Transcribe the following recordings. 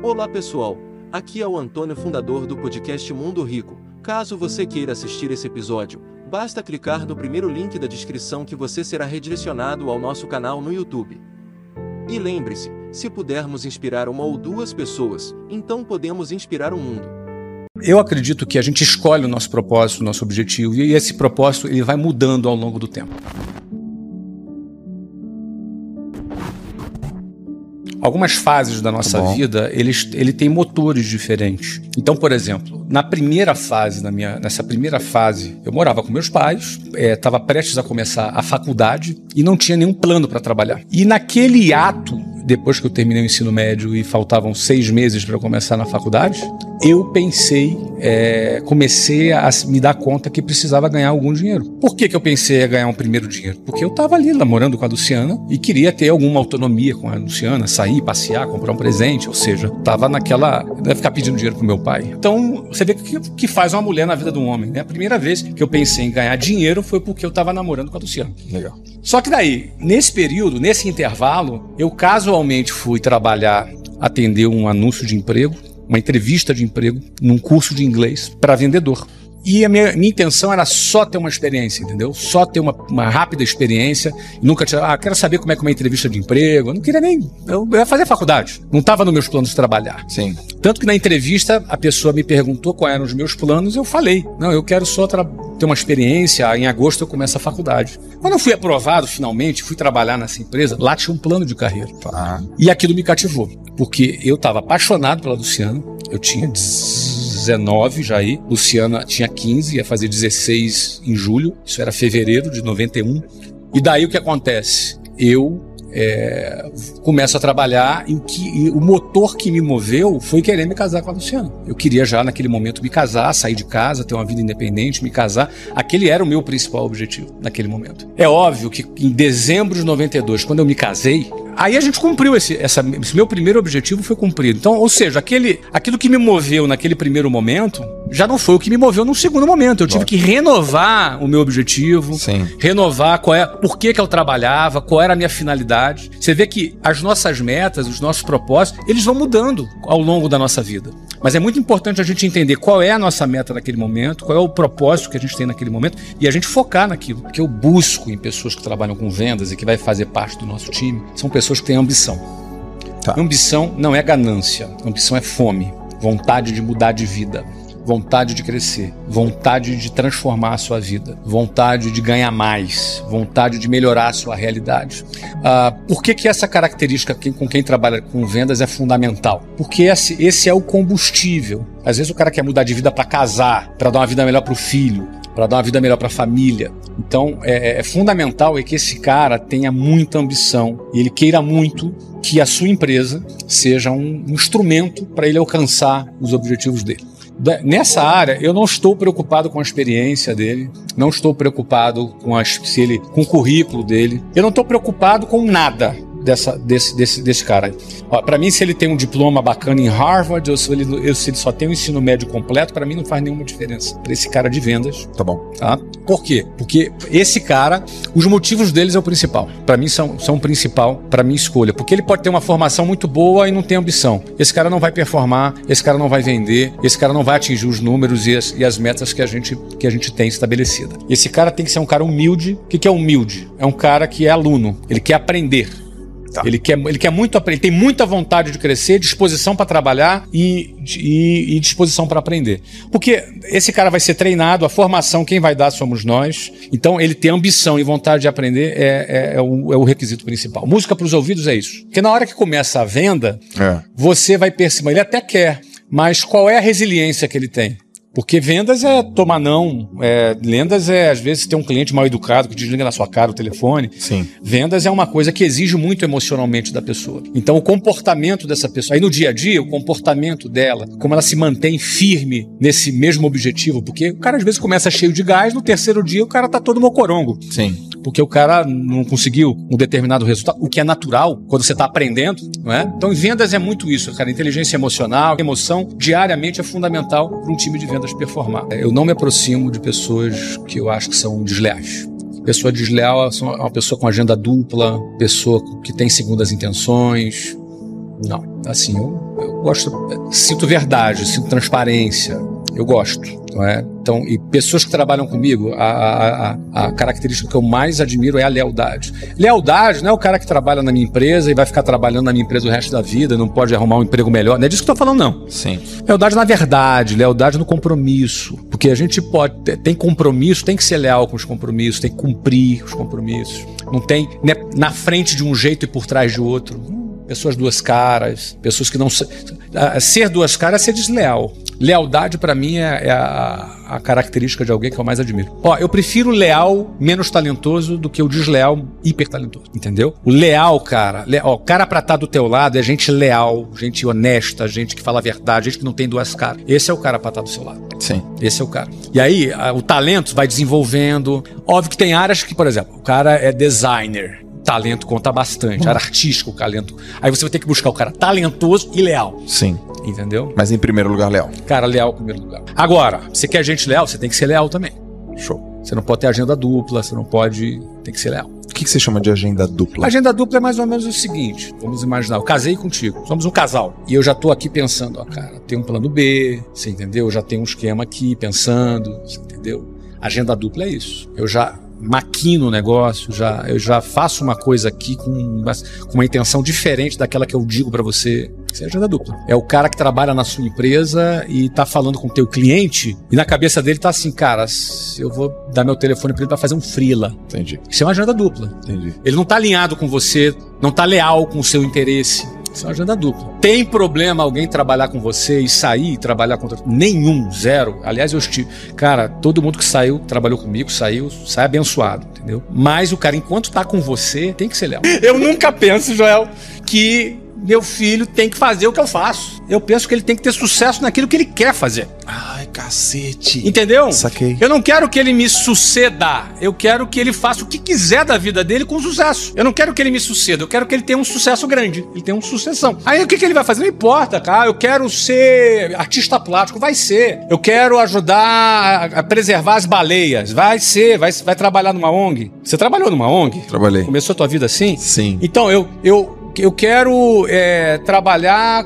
Olá pessoal, aqui é o Antônio, fundador do podcast Mundo Rico. Caso você queira assistir esse episódio, basta clicar no primeiro link da descrição que você será redirecionado ao nosso canal no YouTube. E lembre-se, se pudermos inspirar uma ou duas pessoas, então podemos inspirar o mundo. Eu acredito que a gente escolhe o nosso propósito, o nosso objetivo, e esse propósito ele vai mudando ao longo do tempo. Algumas fases da nossa vida, ele tem motores diferentes. Então, por exemplo, nessa primeira fase, eu morava com meus pais, estava prestes a começar a faculdade e não tinha nenhum plano para trabalhar. E naquele ato, depois que eu terminei o ensino médio e faltavam 6 meses para eu começar na faculdade, eu comecei a me dar conta que precisava ganhar algum dinheiro. Por que eu pensei em ganhar um primeiro dinheiro? Porque eu estava ali namorando com a Luciana e queria ter alguma autonomia com a Luciana, sair, passear, comprar um presente, ou seja, estava naquela... Não ia ficar pedindo dinheiro pro meu pai. Então, você vê o que faz uma mulher na vida de um homem, né? A primeira vez que eu pensei em ganhar dinheiro foi porque eu estava namorando com a Luciana. Legal. Só que daí, nesse período, nesse intervalo, eu casualmente fui atender um anúncio de emprego, uma entrevista de emprego num curso de inglês para vendedor. E a minha intenção era só ter uma experiência, entendeu? Só ter uma rápida experiência. Nunca tinha, quero saber como é que é uma entrevista de emprego. Eu não queria nem... Eu ia fazer faculdade. Não estava nos meus planos de trabalhar. Sim. Tanto que na entrevista a pessoa me perguntou quais eram os meus planos. Eu falei, não, eu quero só ter uma experiência. Em agosto eu começo a faculdade. Quando eu fui aprovado finalmente, fui trabalhar nessa empresa, lá tinha um plano de carreira. E aquilo me cativou. Porque eu estava apaixonado pela Luciana. Eu tinha 19 já aí, Luciana tinha 15, ia fazer 16 em julho, isso era fevereiro de 91. E daí o que acontece? Eu começo a trabalhar e o motor que me moveu foi querer me casar com a Luciana. Eu queria já naquele momento me casar, sair de casa, ter uma vida independente, me casar. Aquele era o meu principal objetivo naquele momento. É óbvio que em dezembro de 92, quando eu me casei, aí a gente cumpriu esse meu primeiro objetivo foi cumprido. Então, ou seja, aquilo que me moveu naquele primeiro momento já não foi o que me moveu num segundo momento. Eu tive que renovar o meu objetivo, renovar por que eu trabalhava, qual era a minha finalidade. Você vê que as nossas metas, os nossos propósitos, eles vão mudando ao longo da nossa vida. Mas é muito importante a gente entender qual é a nossa meta naquele momento, qual é o propósito que a gente tem naquele momento e a gente focar naquilo. Porque eu busco em pessoas que trabalham com vendas e que vai fazer parte do nosso time, são pessoas que têm ambição. Ambição não é ganância, ambição é fome, vontade de mudar de vida, vontade de crescer, vontade de transformar a sua vida, vontade de ganhar mais, vontade de melhorar a sua realidade. Por que essa característica com quem trabalha com vendas é fundamental? Porque esse é o combustível. Às vezes o cara quer mudar de vida para casar, para dar uma vida melhor para o filho, para dar uma vida melhor para a família. Então, é fundamental que esse cara tenha muita ambição e ele queira muito que a sua empresa seja um instrumento para ele alcançar os objetivos dele. Nessa área, eu não estou preocupado com a experiência dele, não estou preocupado com o currículo dele, eu não estou preocupado com nada desse cara. Para mim, se ele tem um diploma bacana em Harvard ou se ele só tem um ensino médio completo, para mim não faz nenhuma diferença para esse cara de vendas. Tá bom. Tá? Por quê? Porque esse cara, os motivos deles é o principal. Para mim são o principal para minha escolha. Porque ele pode ter uma formação muito boa e não tem ambição. Esse cara não vai performar, esse cara não vai vender, esse cara não vai atingir os números e as metas que a gente tem estabelecida. Esse cara tem que ser um cara humilde. O que é humilde? É um cara que é aluno, ele quer aprender. Ele quer muito aprender, tem muita vontade de crescer, disposição para trabalhar e disposição para aprender. Porque esse cara vai ser treinado, a formação quem vai dar somos nós. Então ele tem ambição e vontade de aprender é o requisito principal. Música para os ouvidos é isso. Porque na hora que começa a venda, você vai perceber, ele até quer, mas qual é a resiliência que ele tem? Porque vendas é tomar não, vendas às vezes ter um cliente mal educado que desliga na sua cara o telefone. Sim. Vendas é uma coisa que exige muito emocionalmente da pessoa. Então o comportamento dessa pessoa, aí no dia a dia, o comportamento dela, como ela se mantém firme nesse mesmo objetivo, porque o cara às vezes começa cheio de gás, no terceiro dia o cara tá todo mocorongo. Sim. Porque o cara não conseguiu um determinado resultado, o que é natural quando você está aprendendo, não é? Então, em vendas é muito isso, cara. Inteligência emocional, emoção, diariamente é fundamental para um time de vendas performar. Eu não me aproximo de pessoas que eu acho que são desleais. Pessoa desleal é uma pessoa com agenda dupla, pessoa que tem segundas intenções. Não, assim, eu sinto verdade, sinto transparência, eu gosto, não é? Então, e pessoas que trabalham comigo, a característica que eu mais admiro é a lealdade. Lealdade não é o cara que trabalha na minha empresa e vai ficar trabalhando na minha empresa o resto da vida, não pode arrumar um emprego melhor. Não é disso que eu tô falando, não. Sim. Lealdade na verdade, lealdade no compromisso. Porque a gente tem compromisso, tem que ser leal com os compromissos, tem que cumprir os compromissos. Não tem, né, na frente de um jeito e por trás de outro. Pessoas duas caras, pessoas que não... Ser duas caras é ser desleal. Lealdade, pra mim, é a característica de alguém que eu mais admiro. Eu prefiro o leal menos talentoso do que o desleal hiper talentoso, entendeu? O leal, cara... O cara pra estar do teu lado é gente leal, gente honesta, gente que fala a verdade, gente que não tem duas caras. Esse é o cara pra estar do seu lado. Sim. Esse é o cara. E aí, o talento vai desenvolvendo. Óbvio que tem áreas que, por exemplo, o cara é designer. Talento conta bastante, área artística, o talento. Aí você vai ter que buscar o cara talentoso e leal. Sim. Entendeu? Mas em primeiro lugar, leal. Cara, leal em primeiro lugar. Agora, você quer gente leal, você tem que ser leal também. Show. Você não pode ter agenda dupla, você não pode... Tem que ser leal. O que você chama de agenda dupla? Agenda dupla é mais ou menos o seguinte. Vamos imaginar, eu casei contigo, somos um casal. E eu já tô aqui pensando, cara, tem um plano B, você entendeu? Eu já tenho um esquema aqui pensando, você entendeu? Agenda dupla é isso. Eu já... maquino o negócio, eu já faço uma coisa aqui com uma intenção diferente daquela que eu digo pra você. Isso é agenda dupla. É o cara que trabalha na sua empresa e tá falando com o teu cliente e na cabeça dele tá assim, cara, eu vou dar meu telefone pra ele pra fazer um freela. Entendi. Isso é uma agenda dupla. Entendi. Ele não tá alinhado com você, não tá leal com o seu interesse. Isso é uma agenda dupla. Tem problema alguém trabalhar com você e sair e trabalhar contra... Nenhum, zero. Aliás, cara, todo mundo que saiu, trabalhou comigo, sai abençoado, entendeu? Mas o cara, enquanto tá com você, tem que ser leal. Eu nunca penso, Joel, que meu filho tem que fazer o que eu faço. Eu penso que ele tem que ter sucesso naquilo que ele quer fazer. Ai, cacete. Entendeu? Saquei. Eu não quero que ele me suceda. Eu quero que ele faça o que quiser da vida dele com sucesso. Eu não quero que ele me suceda. Eu quero que ele tenha um sucesso grande. Ele tenha uma sucessão. Aí o que ele vai fazer? Não importa, cara. Eu quero ser artista plástico. Vai ser. Eu quero ajudar a preservar as baleias. Vai ser. Vai trabalhar numa ONG. Você trabalhou numa ONG? Trabalhei. Começou a tua vida assim? Sim. Então, eu quero trabalhar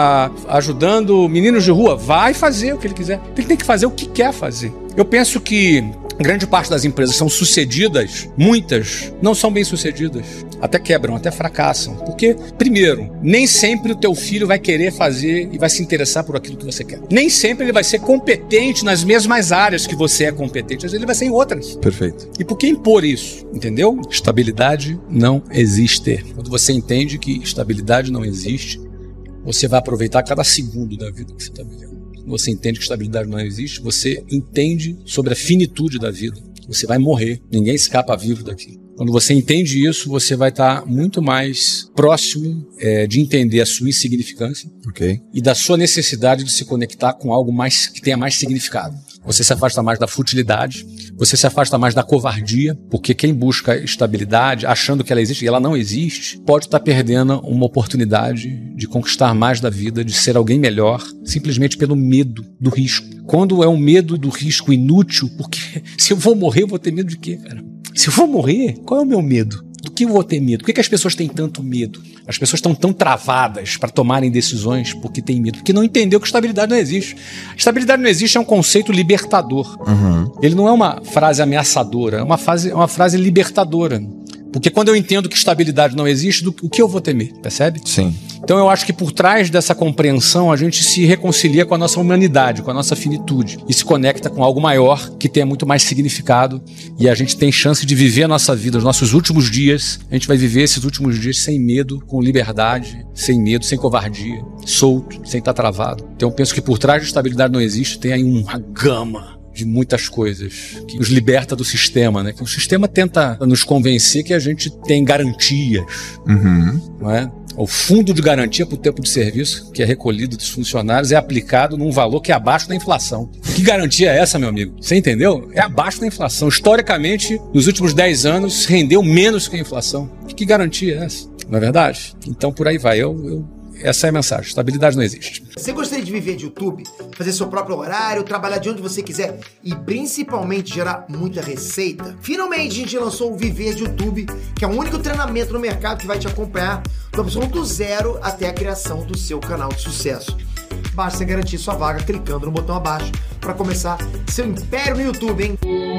ajudando meninos de rua. Vai fazer o que ele quiser. Ele tem que fazer o que quer fazer. Eu penso que grande parte das empresas são sucedidas, muitas não são bem sucedidas. Até quebram, até fracassam. Porque, primeiro, nem sempre o teu filho vai querer fazer e vai se interessar por aquilo que você quer. Nem sempre ele vai ser competente nas mesmas áreas que você é competente. Às vezes ele vai ser em outras. Perfeito. E por que impor isso? Entendeu? Estabilidade não existe. Quando você entende que estabilidade não existe, você vai aproveitar cada segundo da vida que você está vivendo. Quando você entende que estabilidade não existe, você entende sobre a finitude da vida. Você vai morrer. Ninguém escapa vivo daqui. Quando você entende isso, você vai estar muito mais próximo de entender a sua insignificância, okay, e da sua necessidade de se conectar com algo mais que tenha mais significado. Você se afasta mais da futilidade, você se afasta mais da covardia, porque quem busca estabilidade, achando que ela existe e ela não existe, pode estar perdendo uma oportunidade de conquistar mais da vida, de ser alguém melhor, simplesmente pelo medo do risco. Quando é um medo do risco inútil, porque se eu vou morrer, eu vou ter medo de quê, cara? Se eu vou morrer, qual é o meu medo? Do que eu vou ter medo? Por que as pessoas têm tanto medo? As pessoas estão tão travadas para tomarem decisões porque têm medo. Porque não entendeu que estabilidade não existe. Estabilidade não existe é um conceito libertador. Uhum. Ele não é uma frase ameaçadora, é uma frase libertadora. Porque quando eu entendo que estabilidade não existe, o que eu vou temer? Percebe? Sim. Então eu acho que por trás dessa compreensão a gente se reconcilia com a nossa humanidade, com a nossa finitude e se conecta com algo maior que tenha muito mais significado, e a gente tem chance de viver a nossa vida, os nossos últimos dias. A gente vai viver esses últimos dias sem medo, com liberdade, sem medo, sem covardia, solto, sem estar travado. Então eu penso que por trás de estabilidade não existe, tem aí uma gama de muitas coisas que nos liberta do sistema, né? Que o sistema tenta nos convencer que a gente tem garantias, não é? O fundo de garantia para o tempo de serviço, que é recolhido dos funcionários, é aplicado num valor que é abaixo da inflação. Que garantia é essa, meu amigo? Você entendeu? É abaixo da inflação. Historicamente, nos últimos 10 anos, rendeu menos que a inflação. Que garantia é essa? Não é verdade? Então, por aí vai. Eu essa é a mensagem. Estabilidade não existe. Você gostaria de viver de YouTube, fazer seu próprio horário, trabalhar de onde você quiser e principalmente gerar muita receita? Finalmente a gente lançou o Viver de YouTube, que é o único treinamento no mercado que vai te acompanhar do absoluto zero até a criação do seu canal de sucesso. Basta você garantir sua vaga clicando no botão abaixo para começar seu império no YouTube, hein?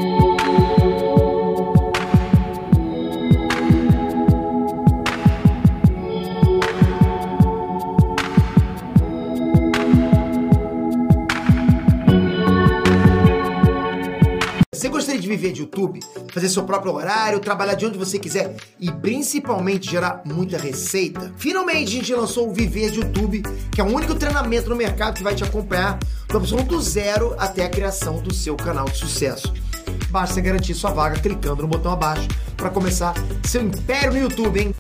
Você gostaria de viver de YouTube, fazer seu próprio horário, trabalhar de onde você quiser e principalmente gerar muita receita? Finalmente a gente lançou o Viver de YouTube, que é o único treinamento no mercado que vai te acompanhar do absoluto zero até a criação do seu canal de sucesso. Basta você garantir sua vaga clicando no botão abaixo para começar seu império no YouTube, hein?